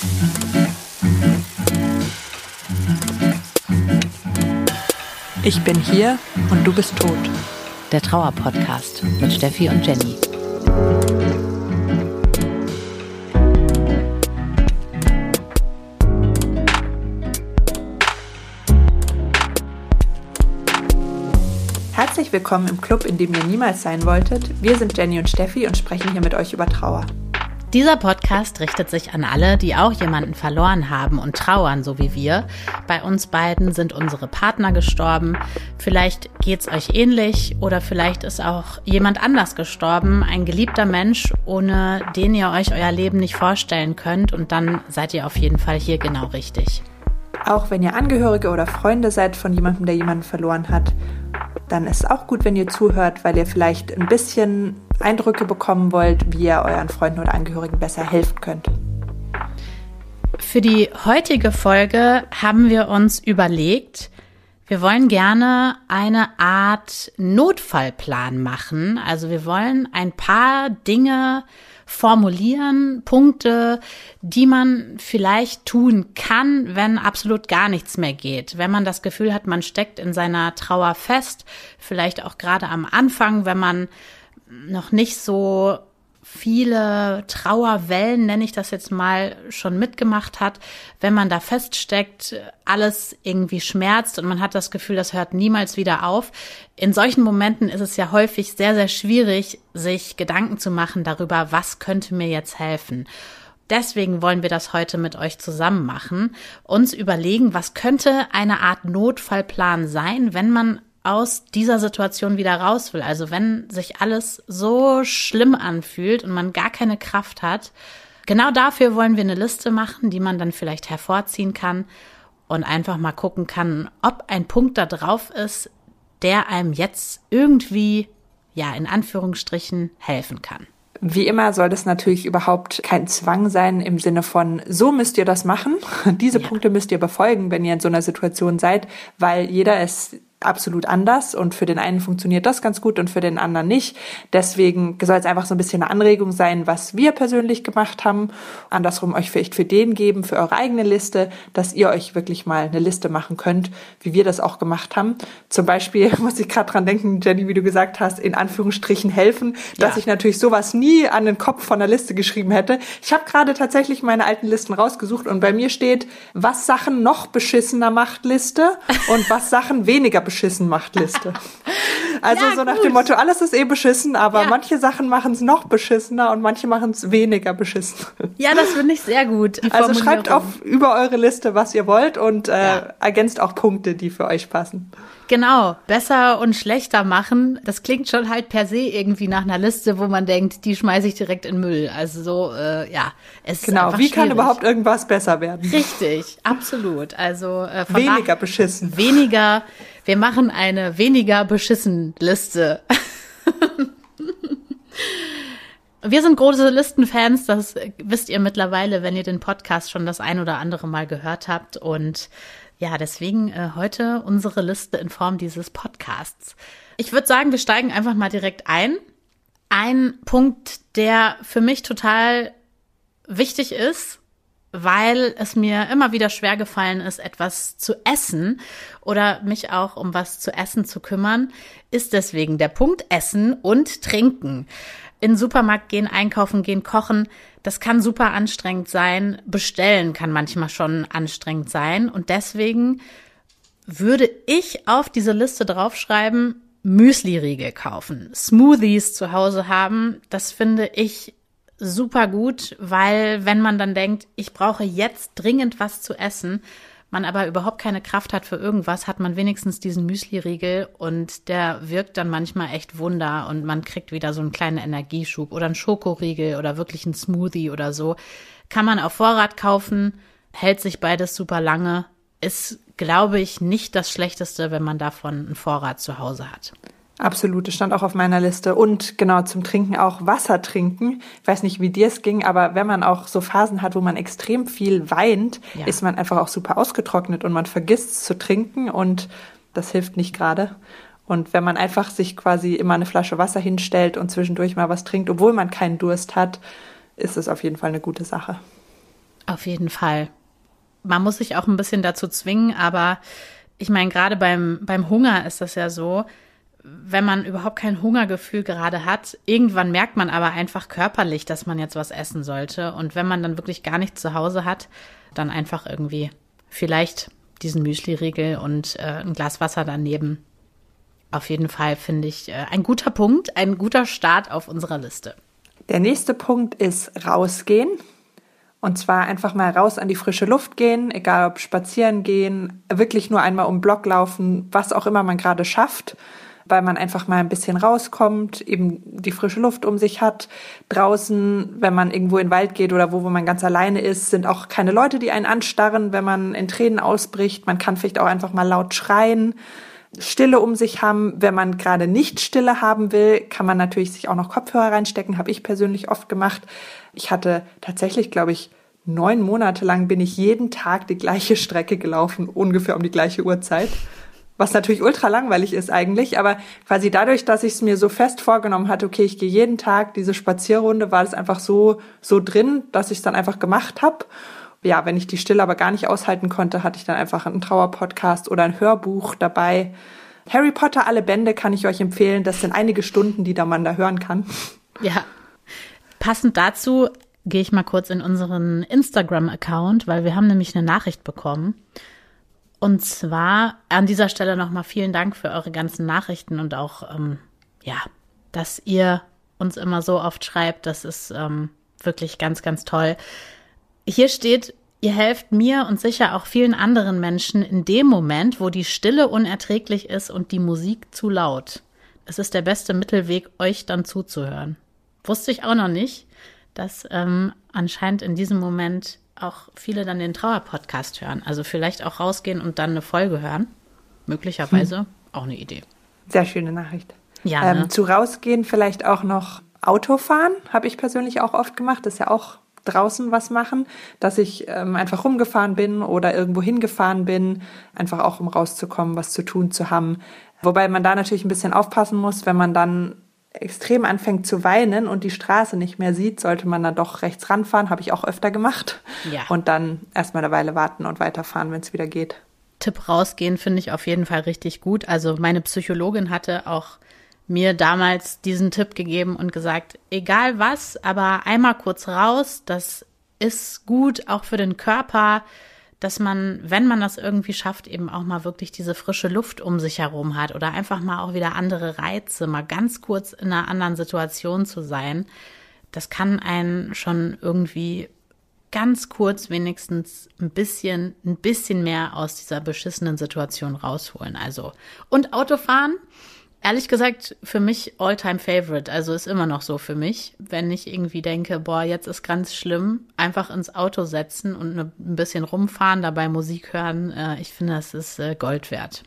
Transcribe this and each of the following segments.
Ich bin hier und du bist tot. Der Trauer-Podcast mit Steffi und Jenny. Herzlich willkommen im Club, in dem ihr niemals sein wolltet. Wir sind Jenny und Steffi und sprechen hier mit euch über Trauer. Dieser Podcast richtet sich an alle, die auch jemanden verloren haben und trauern, so wie wir. Bei uns beiden sind unsere Partner gestorben. Vielleicht geht's euch ähnlich oder vielleicht ist auch jemand anders gestorben, ein geliebter Mensch, ohne den ihr euch euer Leben nicht vorstellen könnt. Und dann seid ihr auf jeden Fall hier genau richtig. Auch wenn ihr Angehörige oder Freunde seid von jemandem, der jemanden verloren hat, dann ist es auch gut, wenn ihr zuhört, weil ihr vielleicht ein bisschen Eindrücke bekommen wollt, wie ihr euren Freunden oder Angehörigen besser helfen könnt. Für die heutige Folge haben wir uns überlegt, wir wollen gerne eine Art Notfallplan machen. Also wir wollen ein paar Dinge formulieren, Punkte, die man vielleicht tun kann, wenn absolut gar nichts mehr geht. Wenn man das Gefühl hat, man steckt in seiner Trauer fest, vielleicht auch gerade am Anfang, wenn man noch nicht so viele Trauerwellen, nenne ich das jetzt mal, schon mitgemacht hat, wenn man da feststeckt, alles irgendwie schmerzt und man hat das Gefühl, das hört niemals wieder auf. In solchen Momenten ist es ja häufig sehr, sehr schwierig, sich Gedanken zu machen darüber, was könnte mir jetzt helfen. Deswegen wollen wir das heute mit euch zusammen machen, uns überlegen, was könnte eine Art Notfallplan sein, wenn man aus dieser Situation wieder raus will. Also wenn sich alles so schlimm anfühlt und man gar keine Kraft hat. Genau dafür wollen wir eine Liste machen, die man dann vielleicht hervorziehen kann und einfach mal gucken kann, ob ein Punkt da drauf ist, der einem jetzt irgendwie, ja, in Anführungsstrichen helfen kann. Wie immer soll das natürlich überhaupt kein Zwang sein im Sinne von, so müsst ihr das machen. Diese Punkte müsst ihr befolgen, wenn ihr in so einer Situation seid, weil jeder ist absolut anders und für den einen funktioniert das ganz gut und für den anderen nicht. Deswegen soll es einfach so ein bisschen eine Anregung sein, was wir persönlich gemacht haben. Andersrum euch vielleicht für den geben, für eure eigene Liste, dass ihr euch wirklich mal eine Liste machen könnt, wie wir das auch gemacht haben. Zum Beispiel muss ich gerade dran denken, Jenny, wie du gesagt hast, in Anführungsstrichen helfen, dass ich natürlich sowas nie an den Kopf von der Liste geschrieben hätte. Ich habe gerade tatsächlich meine alten Listen rausgesucht und bei mir steht, was Sachen noch beschissener macht Liste und was Sachen weniger beschissen macht Liste. Also ja, so nach dem Motto, alles ist beschissen, aber manche Sachen machen es noch beschissener und manche machen es weniger beschissen. Ja, das finde ich sehr gut. Also schreibt über eure Liste, was ihr wollt und ergänzt auch Punkte, die für euch passen. Genau, besser und schlechter machen, das klingt schon halt per se irgendwie nach einer Liste, wo man denkt, die schmeiße ich direkt in Müll. Also so, es ist einfach wie schwierig. Kann überhaupt irgendwas besser werden? Richtig, absolut. Also weniger beschissen. Wir machen eine weniger beschissen Liste. Wir sind große Listenfans, das wisst ihr mittlerweile, wenn ihr den Podcast schon das ein oder andere Mal gehört habt. Und ja, deswegen heute unsere Liste in Form dieses Podcasts. Ich würde sagen, wir steigen einfach mal direkt ein. Ein Punkt, der für mich total wichtig ist, weil es mir immer wieder schwer gefallen ist, etwas zu essen oder mich auch um was zu essen zu kümmern, ist deswegen der Punkt Essen und Trinken. In den Supermarkt gehen, einkaufen gehen, kochen, das kann super anstrengend sein. Bestellen kann manchmal schon anstrengend sein. Und deswegen würde ich auf diese Liste draufschreiben, Müsli-Riegel kaufen, Smoothies zu Hause haben. Das finde ich super gut, weil wenn man dann denkt, ich brauche jetzt dringend was zu essen, man aber überhaupt keine Kraft hat für irgendwas, hat man wenigstens diesen Müsli-Riegel und der wirkt dann manchmal echt Wunder und man kriegt wieder so einen kleinen Energieschub oder einen Schokoriegel oder wirklich einen Smoothie oder so. Kann man auf Vorrat kaufen, hält sich beides super lange, ist, glaube ich, nicht das Schlechteste, wenn man davon einen Vorrat zu Hause hat. Absolut, das stand auch auf meiner Liste. Und genau, zum Trinken auch Wasser trinken. Ich weiß nicht, wie dir es ging, aber wenn man auch so Phasen hat, wo man extrem viel weint, ist man einfach auch super ausgetrocknet und man vergisst es zu trinken und das hilft nicht gerade. Und wenn man einfach sich quasi immer eine Flasche Wasser hinstellt und zwischendurch mal was trinkt, obwohl man keinen Durst hat, ist es auf jeden Fall eine gute Sache. Auf jeden Fall. Man muss sich auch ein bisschen dazu zwingen, aber ich meine, gerade beim Hunger ist das ja so, wenn man überhaupt kein Hungergefühl gerade hat, irgendwann merkt man aber einfach körperlich, dass man jetzt was essen sollte. Und wenn man dann wirklich gar nichts zu Hause hat, dann einfach irgendwie vielleicht diesen Müsli-Riegel und ein Glas Wasser daneben. Auf jeden Fall finde ich ein guter Punkt, ein guter Start auf unserer Liste. Der nächste Punkt ist rausgehen. Und zwar einfach mal raus an die frische Luft gehen, egal ob spazieren gehen, wirklich nur einmal um den Block laufen, was auch immer man gerade schafft, weil man einfach mal ein bisschen rauskommt, eben die frische Luft um sich hat. Draußen, wenn man irgendwo in den Wald geht oder wo man ganz alleine ist, sind auch keine Leute, die einen anstarren, wenn man in Tränen ausbricht. Man kann vielleicht auch einfach mal laut schreien, Stille um sich haben. Wenn man gerade nicht Stille haben will, kann man natürlich sich auch noch Kopfhörer reinstecken, habe ich persönlich oft gemacht. Ich hatte tatsächlich, glaube ich, 9 Monate lang bin ich jeden Tag die gleiche Strecke gelaufen, ungefähr um die gleiche Uhrzeit. Was natürlich ultra langweilig ist eigentlich, aber quasi dadurch, dass ich es mir so fest vorgenommen hatte, okay, ich gehe jeden Tag diese Spazierrunde, war das einfach so drin, dass ich es dann einfach gemacht habe. Ja, wenn ich die Stille aber gar nicht aushalten konnte, hatte ich dann einfach einen Trauerpodcast oder ein Hörbuch dabei. Harry Potter, alle Bände kann ich euch empfehlen. Das sind einige Stunden, die man da hören kann. Ja, passend dazu gehe ich mal kurz in unseren Instagram-Account, weil wir haben nämlich eine Nachricht bekommen. Und zwar an dieser Stelle nochmal vielen Dank für eure ganzen Nachrichten und auch, dass ihr uns immer so oft schreibt. Das ist wirklich ganz, ganz toll. Hier steht, ihr helft mir und sicher auch vielen anderen Menschen in dem Moment, wo die Stille unerträglich ist und die Musik zu laut. Es ist der beste Mittelweg, euch dann zuzuhören. Wusste ich auch noch nicht, dass anscheinend in diesem Moment auch viele dann den Trauerpodcast hören. Also vielleicht auch rausgehen und dann eine Folge hören. Möglicherweise auch eine Idee. Sehr schöne Nachricht. Ja, ne? Zu rausgehen vielleicht auch noch Autofahren, habe ich persönlich auch oft gemacht. Das ist ja auch draußen was machen, dass ich einfach rumgefahren bin oder irgendwo hingefahren bin, einfach auch um rauszukommen, was zu tun zu haben. Wobei man da natürlich ein bisschen aufpassen muss, wenn man dann extrem anfängt zu weinen und die Straße nicht mehr sieht, sollte man dann doch rechts ranfahren, habe ich auch öfter gemacht. Ja. Und dann erstmal eine Weile warten und weiterfahren, wenn es wieder geht. Tipp rausgehen finde ich auf jeden Fall richtig gut. Also meine Psychologin hatte auch mir damals diesen Tipp gegeben und gesagt, egal was, aber einmal kurz raus, das ist gut, auch für den Körper, dass man, wenn man das irgendwie schafft, eben auch mal wirklich diese frische Luft um sich herum hat oder einfach mal auch wieder andere Reize, mal ganz kurz in einer anderen Situation zu sein. Das kann einen schon irgendwie ganz kurz wenigstens ein bisschen mehr aus dieser beschissenen Situation rausholen. Also, und Autofahren, ehrlich gesagt, für mich All-Time Favorite. Also ist immer noch so für mich, wenn ich irgendwie denke, boah, jetzt ist ganz schlimm, einfach ins Auto setzen und ein bisschen rumfahren, dabei Musik hören. Ich finde, das ist Gold wert.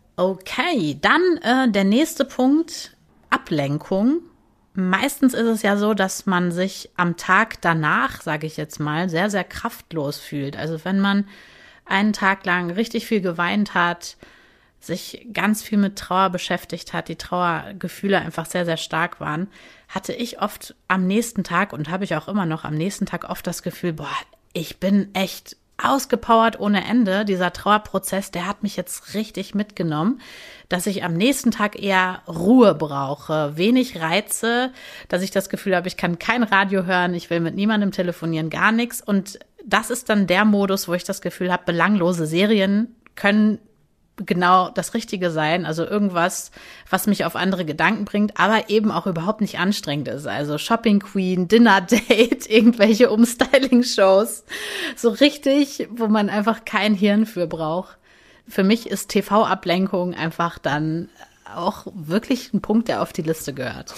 Okay, dann der nächste Punkt, Ablenkung. Meistens ist es ja so, dass man sich am Tag danach, sage ich jetzt mal, sehr, sehr kraftlos fühlt. Also wenn man einen Tag lang richtig viel geweint hat, sich ganz viel mit Trauer beschäftigt hat, die Trauergefühle einfach sehr, sehr stark waren, hatte ich oft am nächsten Tag und habe ich auch immer noch am nächsten Tag oft das Gefühl, boah, ich bin echt ausgepowert ohne Ende. Dieser Trauerprozess, der hat mich jetzt richtig mitgenommen, dass ich am nächsten Tag eher Ruhe brauche, wenig Reize, dass ich das Gefühl habe, ich kann kein Radio hören, ich will mit niemandem telefonieren, gar nichts. Und das ist dann der Modus, wo ich das Gefühl habe, belanglose Serien können genau das Richtige sein, also irgendwas, was mich auf andere Gedanken bringt, aber eben auch überhaupt nicht anstrengend ist. Also Shopping Queen, Dinner Date, irgendwelche Umstyling-Shows, so richtig, wo man einfach kein Hirn für braucht. Für mich ist TV-Ablenkung einfach dann auch wirklich ein Punkt, der auf die Liste gehört.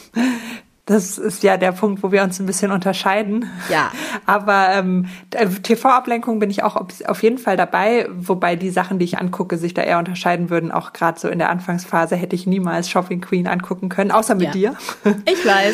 Das ist ja der Punkt, wo wir uns ein bisschen unterscheiden. Ja. Aber TV-Ablenkung bin ich auch auf jeden Fall dabei, wobei die Sachen, die ich angucke, sich da eher unterscheiden würden. Auch gerade so in der Anfangsphase hätte ich niemals Shopping Queen angucken können, außer mit dir. Ich weiß.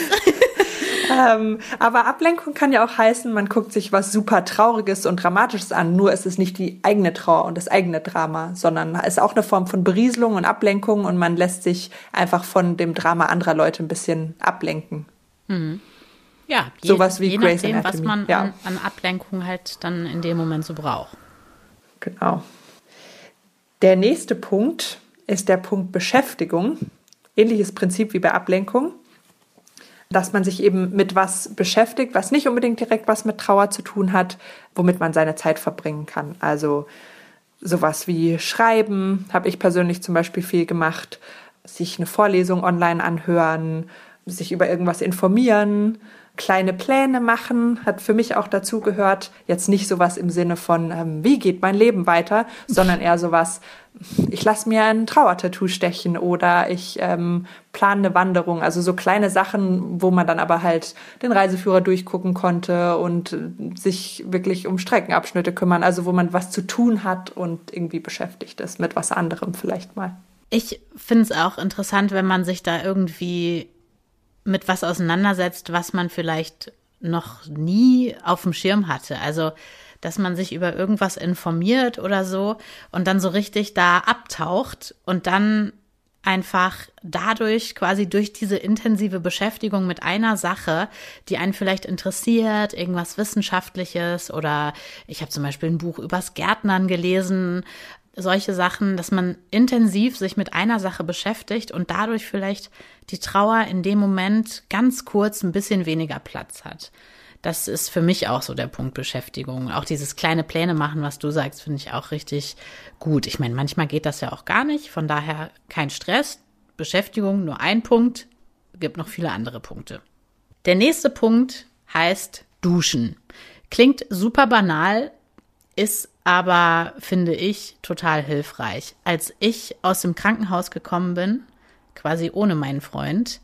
Aber Ablenkung kann ja auch heißen, man guckt sich was super Trauriges und Dramatisches an. Nur ist es nicht die eigene Trauer und das eigene Drama, sondern es ist auch eine Form von Berieselung und Ablenkung und man lässt sich einfach von dem Drama anderer Leute ein bisschen ablenken. Mhm. Ja, sowas wie je Grey's nachdem, Anatomy. was man an Ablenkung halt dann in dem Moment so braucht. Genau. Der nächste Punkt ist der Punkt Beschäftigung. Ähnliches Prinzip wie bei Ablenkung. Dass man sich eben mit was beschäftigt, was nicht unbedingt direkt was mit Trauer zu tun hat, womit man seine Zeit verbringen kann. Also sowas wie Schreiben habe ich persönlich zum Beispiel viel gemacht, sich eine Vorlesung online anhören, sich über irgendwas informieren, kleine Pläne machen, hat für mich auch dazu gehört. Jetzt nicht sowas im Sinne von, wie geht mein Leben weiter, sondern eher sowas, ich lasse mir ein Trauertattoo stechen oder ich plane eine Wanderung. Also so kleine Sachen, wo man dann aber halt den Reiseführer durchgucken konnte und sich wirklich um Streckenabschnitte kümmern. Also wo man was zu tun hat und irgendwie beschäftigt ist mit was anderem vielleicht mal. Ich finde es auch interessant, wenn man sich da irgendwie mit was auseinandersetzt, was man vielleicht noch nie auf dem Schirm hatte. Also, dass man sich über irgendwas informiert oder so und dann so richtig da abtaucht und dann einfach dadurch quasi durch diese intensive Beschäftigung mit einer Sache, die einen vielleicht interessiert, irgendwas Wissenschaftliches oder ich habe zum Beispiel ein Buch übers Gärtnern gelesen, solche Sachen, dass man intensiv sich mit einer Sache beschäftigt und dadurch vielleicht die Trauer in dem Moment ganz kurz ein bisschen weniger Platz hat. Das ist für mich auch so der Punkt Beschäftigung. Auch dieses kleine Pläne machen, was du sagst, finde ich auch richtig gut. Ich meine, manchmal geht das ja auch gar nicht, von daher kein Stress. Beschäftigung nur ein Punkt, gibt noch viele andere Punkte. Der nächste Punkt heißt Duschen. Klingt super banal, ist aber, finde ich, total hilfreich. Als ich aus dem Krankenhaus gekommen bin, quasi ohne meinen Freund,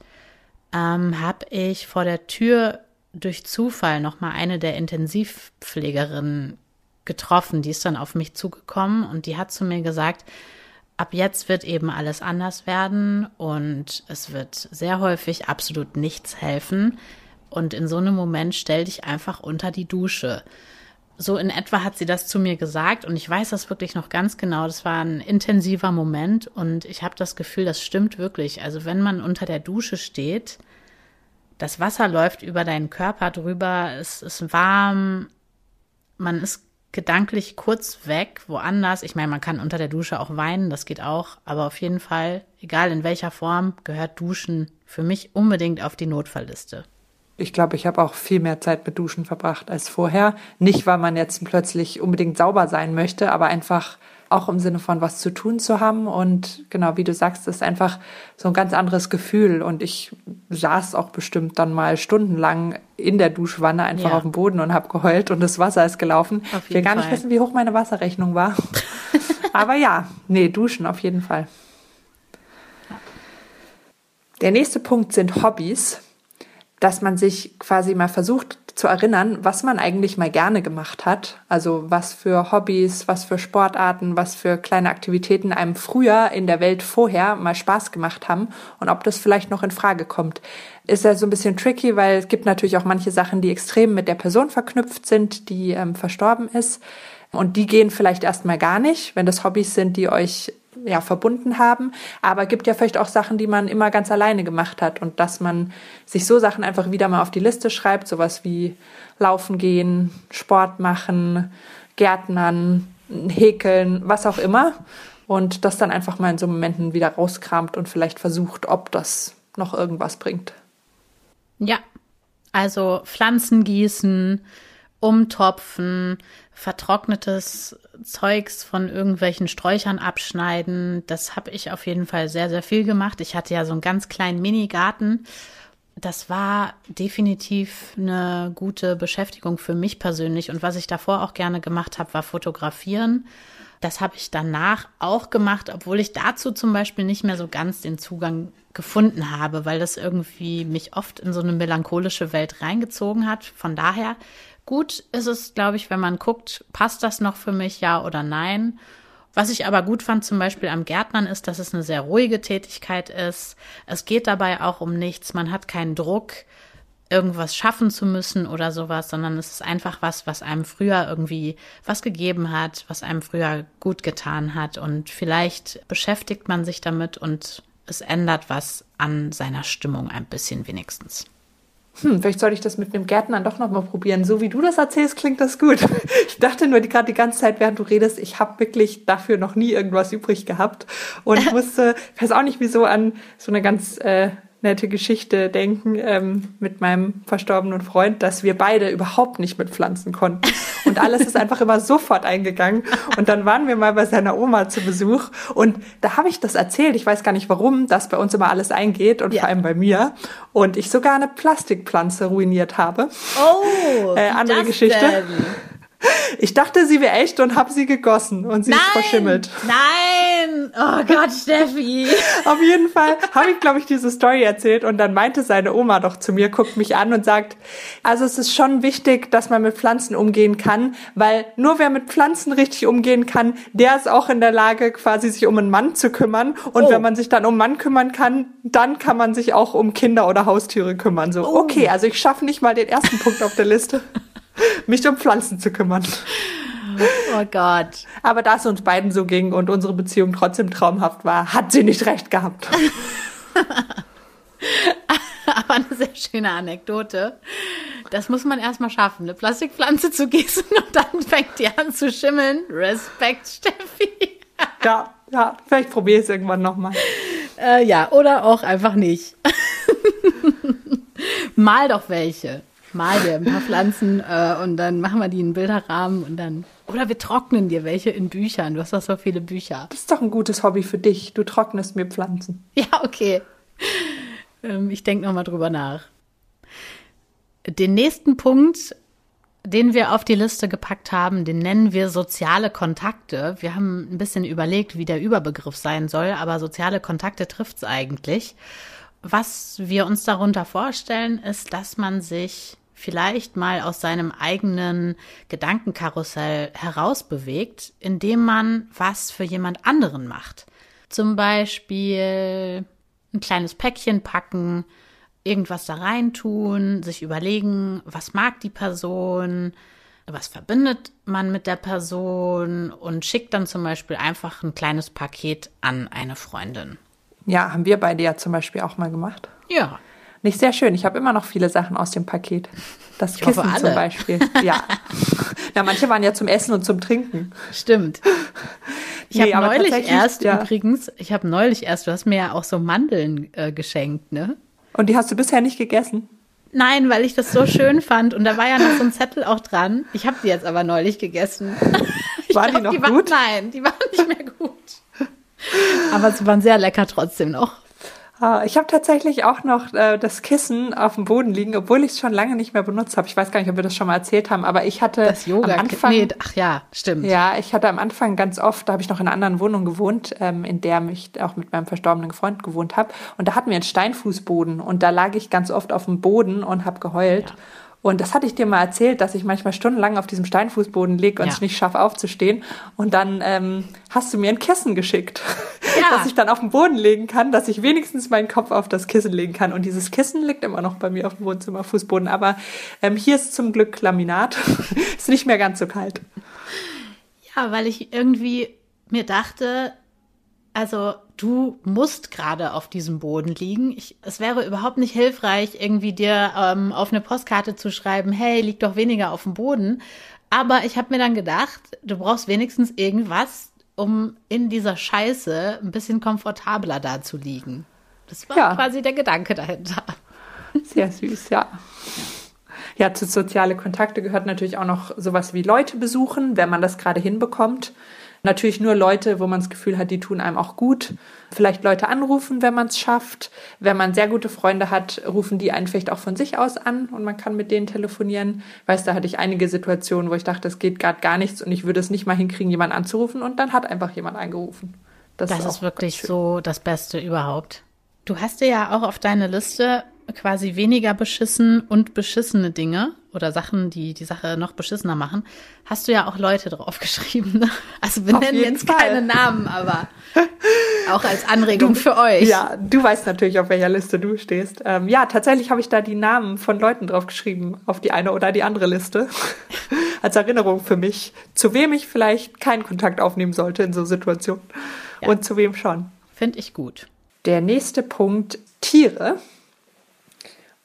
habe ich vor der Tür durch Zufall nochmal eine der Intensivpflegerinnen getroffen. Die ist dann auf mich zugekommen und die hat zu mir gesagt, ab jetzt wird eben alles anders werden und es wird sehr häufig absolut nichts helfen. Und in so einem Moment stell dich einfach unter die Dusche. So in etwa hat sie das zu mir gesagt und ich weiß das wirklich noch ganz genau. Das war ein intensiver Moment und ich habe das Gefühl, das stimmt wirklich. Also wenn man unter der Dusche steht, das Wasser läuft über deinen Körper drüber, es ist warm, man ist gedanklich kurz weg, woanders. Ich meine, man kann unter der Dusche auch weinen, das geht auch, aber auf jeden Fall, egal in welcher Form, gehört Duschen für mich unbedingt auf die Notfallliste. Ich glaube, ich habe auch viel mehr Zeit mit Duschen verbracht als vorher. Nicht, weil man jetzt plötzlich unbedingt sauber sein möchte, aber einfach auch im Sinne von was zu tun zu haben. Und genau, wie du sagst, das ist einfach so ein ganz anderes Gefühl. Und ich saß auch bestimmt dann mal stundenlang in der Duschwanne einfach auf dem Boden und habe geheult und das Wasser ist gelaufen. Ich will gar nicht wissen, wie hoch meine Wasserrechnung war. Aber ja, Duschen auf jeden Fall. Der nächste Punkt sind Hobbys. Dass man sich quasi mal versucht zu erinnern, was man eigentlich mal gerne gemacht hat. Also was für Hobbys, was für Sportarten, was für kleine Aktivitäten einem früher in der Welt vorher mal Spaß gemacht haben und ob das vielleicht noch in Frage kommt. Ist ja so ein bisschen tricky, weil es gibt natürlich auch manche Sachen, die extrem mit der Person verknüpft sind, die verstorben ist. Und die gehen vielleicht erstmal gar nicht, wenn das Hobbys sind, die euch verbunden haben, aber gibt ja vielleicht auch Sachen, die man immer ganz alleine gemacht hat und dass man sich so Sachen einfach wieder mal auf die Liste schreibt, sowas wie Laufen gehen, Sport machen, Gärtnern, Häkeln, was auch immer und das dann einfach mal in so Momenten wieder rauskramt und vielleicht versucht, ob das noch irgendwas bringt. Ja, also Pflanzen gießen, umtopfen, vertrocknetes Zeugs von irgendwelchen Sträuchern abschneiden. Das habe ich auf jeden Fall sehr, sehr viel gemacht. Ich hatte ja so einen ganz kleinen Mini-Garten. Das war definitiv eine gute Beschäftigung für mich persönlich. Und was ich davor auch gerne gemacht habe, war fotografieren. Das habe ich danach auch gemacht, obwohl ich dazu zum Beispiel nicht mehr so ganz den Zugang gefunden habe, weil das irgendwie mich oft in so eine melancholische Welt reingezogen hat. Von daher gut ist es, glaube ich, wenn man guckt, passt das noch für mich, ja oder nein. Was ich aber gut fand zum Beispiel am Gärtnern ist, dass es eine sehr ruhige Tätigkeit ist. Es geht dabei auch um nichts. Man hat keinen Druck, irgendwas schaffen zu müssen oder sowas, sondern es ist einfach was einem früher irgendwie was gegeben hat, was einem früher gut getan hat. Und vielleicht beschäftigt man sich damit und es ändert was an seiner Stimmung ein bisschen wenigstens. Vielleicht sollte ich das mit einem Gärtner doch nochmal probieren. So wie du das erzählst, klingt das gut. Ich dachte nur gerade die ganze Zeit, während du redest, ich habe wirklich dafür noch nie irgendwas übrig gehabt und musste, ich weiß auch nicht wieso, an so eine ganz nette Geschichte denken mit meinem verstorbenen Freund, dass wir beide überhaupt nicht mit Pflanzen konnten. Und alles ist einfach immer sofort eingegangen. Und dann waren wir mal bei seiner Oma zu Besuch und da habe ich das erzählt. Ich weiß gar nicht warum, dass bei uns immer alles eingeht und vor allem bei mir. Und ich sogar eine Plastikpflanze ruiniert habe. Oh, andere Geschichte. Denn? Ich dachte, sie wäre echt und habe sie gegossen und sie ist verschimmelt. Nein! Oh Gott, Steffi! Auf jeden Fall habe ich, glaube ich, diese Story erzählt und dann meinte seine Oma doch zu mir, guckt mich an und sagt, also es ist schon wichtig, dass man mit Pflanzen umgehen kann, weil nur wer mit Pflanzen richtig umgehen kann, der ist auch in der Lage, quasi sich um einen Mann zu kümmern. Und wenn man sich dann um einen Mann kümmern kann, dann kann man sich auch um Kinder oder Haustiere kümmern. So, okay, also ich schaffe nicht mal den ersten Punkt auf der Liste. Mich um Pflanzen zu kümmern. Oh Gott. Aber da es uns beiden so ging und unsere Beziehung trotzdem traumhaft war, hat sie nicht recht gehabt. Aber eine sehr schöne Anekdote. Das muss man erstmal schaffen, eine Plastikpflanze zu gießen und dann fängt die an zu schimmeln. Respekt, Steffi. Ja, vielleicht probiere ich es irgendwann nochmal. Ja, oder auch einfach nicht. Mal doch welche. Mal dir ein paar Pflanzen und dann machen wir die in einen Bilderrahmen und dann. Oder wir trocknen dir welche in Büchern. Du hast doch so viele Bücher. Das ist doch ein gutes Hobby für dich. Du trocknest mir Pflanzen. Ja, okay. Ich denke nochmal drüber nach. Den nächsten Punkt, den wir auf die Liste gepackt haben, den nennen wir soziale Kontakte. Wir haben ein bisschen überlegt, wie der Überbegriff sein soll, aber soziale Kontakte trifft es eigentlich. Was wir uns darunter vorstellen, ist, dass man sich vielleicht mal aus seinem eigenen Gedankenkarussell herausbewegt, indem man was für jemand anderen macht. Zum Beispiel ein kleines Päckchen packen, irgendwas da reintun, sich überlegen, was mag die Person, was verbindet man mit der Person und schickt dann zum Beispiel einfach ein kleines Paket an eine Freundin. Ja, haben wir beide ja zum Beispiel auch mal gemacht. Ja. Nicht sehr schön. Ich habe immer noch viele Sachen aus dem Paket. Das Kissen zum Beispiel. Ja. Na, manche waren ja zum Essen und zum Trinken. Stimmt. Ich habe neulich erst, du hast mir ja auch so Mandeln geschenkt, ne? Und die hast du bisher nicht gegessen? Nein, weil ich das so schön fand. Und da war ja noch so ein Zettel auch dran. Ich habe die jetzt aber neulich gegessen. Waren die noch gut? Nein, die waren nicht mehr gut. Aber sie waren sehr lecker trotzdem noch. Ich habe tatsächlich auch noch das Kissen auf dem Boden liegen, obwohl ich es schon lange nicht mehr benutzt habe. Ich weiß gar nicht, ob wir das schon mal erzählt haben, aber ich hatte das Yoga am Anfang... Nee, ach ja, stimmt. Ja, ich hatte am Anfang ganz oft, da habe ich noch in einer anderen Wohnung gewohnt, in der ich auch mit meinem verstorbenen Freund gewohnt habe. Und da hatten wir einen Steinfußboden und da lag ich ganz oft auf dem Boden und habe geheult. Ja. Und das hatte ich dir mal erzählt, dass ich manchmal stundenlang auf diesem Steinfußboden liege und es nicht schaffe aufzustehen. Und dann hast du mir ein Kissen geschickt, dass ich dann auf den Boden legen kann, dass ich wenigstens meinen Kopf auf das Kissen legen kann. Und dieses Kissen liegt immer noch bei mir auf dem Wohnzimmerfußboden. Aber hier ist zum Glück Laminat. Ist nicht mehr ganz so kalt. Ja, weil ich irgendwie mir dachte, also du musst gerade auf diesem Boden liegen. Es wäre überhaupt nicht hilfreich, irgendwie dir auf eine Postkarte zu schreiben, hey, lieg doch weniger auf dem Boden. Aber ich habe mir dann gedacht, du brauchst wenigstens irgendwas, um in dieser Scheiße ein bisschen komfortabler da zu liegen. Das war quasi der Gedanke dahinter. Sehr süß, ja. Ja, zu soziale Kontakte gehört natürlich auch noch sowas wie Leute besuchen, wenn man das gerade hinbekommt. Natürlich nur Leute, wo man das Gefühl hat, die tun einem auch gut. Vielleicht Leute anrufen, wenn man es schafft. Wenn man sehr gute Freunde hat, rufen die einen vielleicht auch von sich aus an und man kann mit denen telefonieren. Weißt, da hatte ich einige Situationen, wo ich dachte, es geht gerade gar nichts und ich würde es nicht mal hinkriegen, jemanden anzurufen und dann hat einfach jemand angerufen. Das ist wirklich so das Beste überhaupt. Du hast dir ja auch auf deine Liste quasi weniger beschissen und beschissene Dinge oder Sachen, die die Sache noch beschissener machen, hast du ja auch Leute draufgeschrieben. Ne? Also wir nennen jetzt keine Namen, aber auch als Anregung für euch. Ja, du weißt natürlich, auf welcher Liste du stehst. Ja, tatsächlich habe ich da die Namen von Leuten draufgeschrieben, auf die eine oder die andere Liste. Als Erinnerung für mich, zu wem ich vielleicht keinen Kontakt aufnehmen sollte in so Situationen und zu wem schon. Finde ich gut. Der nächste Punkt, Tiere.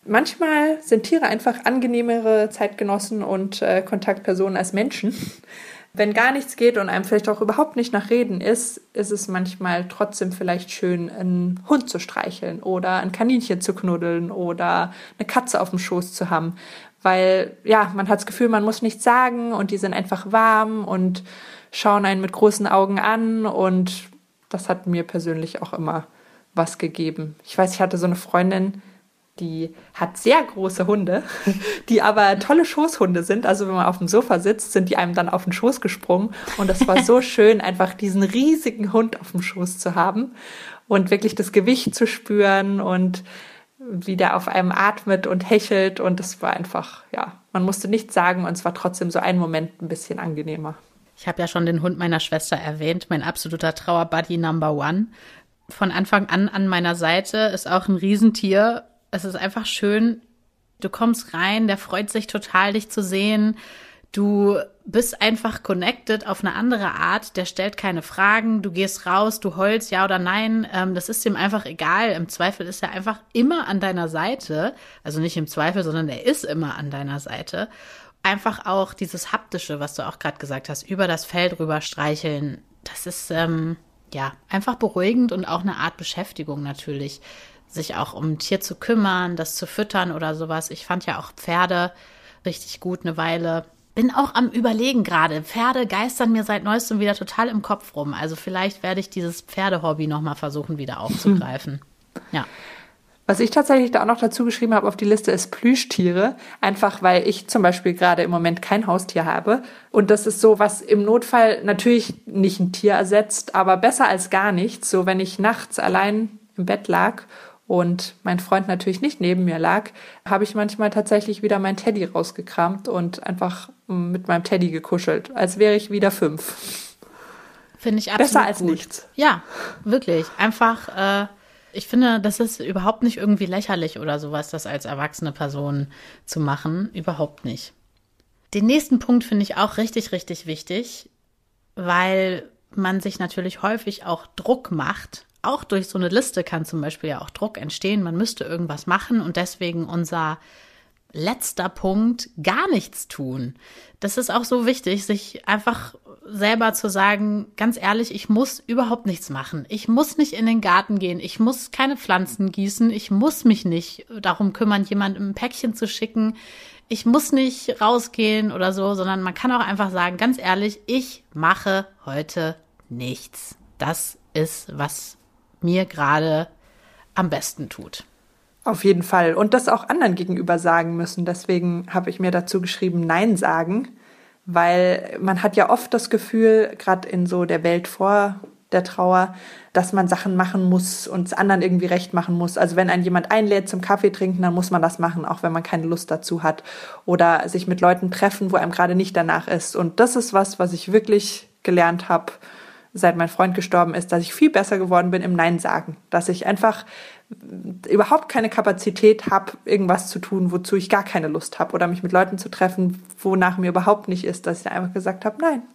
manchmal sind Tiere einfach angenehmere Zeitgenossen und Kontaktpersonen als Menschen. Wenn gar nichts geht und einem vielleicht auch überhaupt nicht nach Reden ist es manchmal trotzdem vielleicht schön, einen Hund zu streicheln oder ein Kaninchen zu knuddeln oder eine Katze auf dem Schoß zu haben. Weil, ja, man hat das Gefühl, man muss nichts sagen und die sind einfach warm und schauen einen mit großen Augen an und das hat mir persönlich auch immer was gegeben. Ich weiß, ich hatte so eine Freundin, die hat sehr große Hunde, die aber tolle Schoßhunde sind. Also wenn man auf dem Sofa sitzt, sind die einem dann auf den Schoß gesprungen. Und das war so schön, einfach diesen riesigen Hund auf dem Schoß zu haben und wirklich das Gewicht zu spüren und wie der auf einem atmet und hechelt. Und das war einfach, ja, man musste nichts sagen und es war trotzdem so ein Moment ein bisschen angenehmer. Ich habe ja schon den Hund meiner Schwester erwähnt, mein absoluter Trauerbuddy Number One. Von Anfang an meiner Seite, ist auch ein Riesentier. Es ist einfach schön, du kommst rein, der freut sich total, dich zu sehen. Du bist einfach connected auf eine andere Art, der stellt keine Fragen, du gehst raus, du heulst, ja oder nein, das ist ihm einfach egal. Im Zweifel ist er einfach immer an deiner Seite, also nicht im Zweifel, sondern er ist immer an deiner Seite. Einfach auch dieses Haptische, was du auch gerade gesagt hast, über das Fell drüber streicheln, das ist einfach beruhigend und auch eine Art Beschäftigung natürlich, sich auch um ein Tier zu kümmern, das zu füttern oder sowas. Ich fand ja auch Pferde richtig gut eine Weile. Bin auch am Überlegen gerade. Pferde geistern mir seit Neuestem wieder total im Kopf rum. Also vielleicht werde ich dieses Pferdehobby nochmal versuchen, wieder aufzugreifen. Ja. Was ich tatsächlich da auch noch dazu geschrieben habe auf die Liste ist Plüschtiere. Einfach, weil ich zum Beispiel gerade im Moment kein Haustier habe. Und das ist so, was im Notfall natürlich nicht ein Tier ersetzt, aber besser als gar nichts. So, wenn ich nachts allein im Bett lag und mein Freund natürlich nicht neben mir lag, habe ich manchmal tatsächlich wieder mein Teddy rausgekramt und einfach mit meinem Teddy gekuschelt, als wäre ich wieder 5. Finde ich absolut besser als gut. Nichts. Ja, wirklich. Einfach, ich finde, das ist überhaupt nicht irgendwie lächerlich oder sowas, das als erwachsene Person zu machen. Überhaupt nicht. Den nächsten Punkt finde ich auch richtig, richtig wichtig, weil man sich natürlich häufig auch Druck macht. Auch durch so eine Liste kann zum Beispiel ja auch Druck entstehen. Man müsste irgendwas machen und deswegen unser letzter Punkt, gar nichts tun. Das ist auch so wichtig, sich einfach selber zu sagen, ganz ehrlich, ich muss überhaupt nichts machen. Ich muss nicht in den Garten gehen. Ich muss keine Pflanzen gießen. Ich muss mich nicht darum kümmern, jemandem ein Päckchen zu schicken. Ich muss nicht rausgehen oder so, sondern man kann auch einfach sagen, ganz ehrlich, ich mache heute nichts. Das ist, was mir gerade am besten tut. Auf jeden Fall. Und das auch anderen gegenüber sagen müssen. Deswegen habe ich mir dazu geschrieben, Nein sagen. Weil man hat ja oft das Gefühl, gerade in so der Welt vor der Trauer, dass man Sachen machen muss und es anderen irgendwie recht machen muss. Also wenn einen jemand einlädt zum Kaffee trinken, dann muss man das machen, auch wenn man keine Lust dazu hat. Oder sich mit Leuten treffen, wo einem gerade nicht danach ist. Und das ist was ich wirklich gelernt habe, seit mein Freund gestorben ist, dass ich viel besser geworden bin im Nein sagen. Dass ich einfach überhaupt keine Kapazität habe, irgendwas zu tun, wozu ich gar keine Lust habe. Oder mich mit Leuten zu treffen, wonach mir überhaupt nicht ist, dass ich einfach gesagt habe, nein.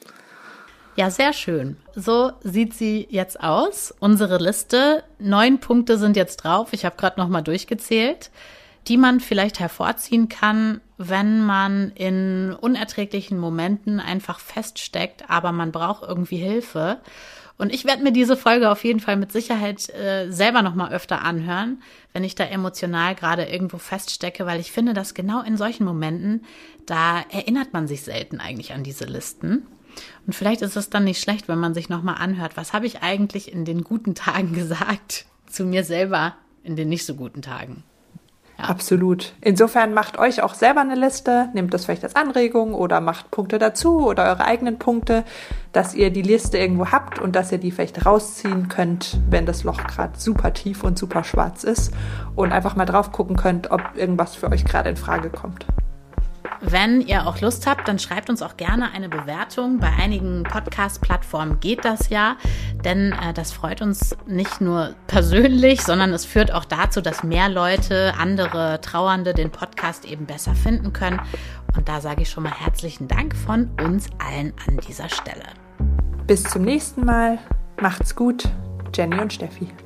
Ja, sehr schön. So sieht sie jetzt aus. Unsere Liste. 9 Punkte sind jetzt drauf. Ich habe gerade noch mal durchgezählt, die man vielleicht hervorziehen kann, wenn man in unerträglichen Momenten einfach feststeckt, aber man braucht irgendwie Hilfe. Und ich werde mir diese Folge auf jeden Fall mit Sicherheit selber noch mal öfter anhören, wenn ich da emotional gerade irgendwo feststecke, weil ich finde, dass genau in solchen Momenten, da erinnert man sich selten eigentlich an diese Listen. Und vielleicht ist es dann nicht schlecht, wenn man sich noch mal anhört, was habe ich eigentlich in den guten Tagen gesagt zu mir selber in den nicht so guten Tagen. Ja. Absolut. Insofern macht euch auch selber eine Liste, nehmt das vielleicht als Anregung oder macht Punkte dazu oder eure eigenen Punkte, dass ihr die Liste irgendwo habt und dass ihr die vielleicht rausziehen könnt, wenn das Loch gerade super tief und super schwarz ist und einfach mal drauf gucken könnt, ob irgendwas für euch gerade in Frage kommt. Wenn ihr auch Lust habt, dann schreibt uns auch gerne eine Bewertung. Bei einigen Podcast-Plattformen geht das ja, denn das freut uns nicht nur persönlich, sondern es führt auch dazu, dass mehr Leute, andere Trauernde, den Podcast eben besser finden können. Und da sage ich schon mal herzlichen Dank von uns allen an dieser Stelle. Bis zum nächsten Mal. Macht's gut. Jenny und Steffi.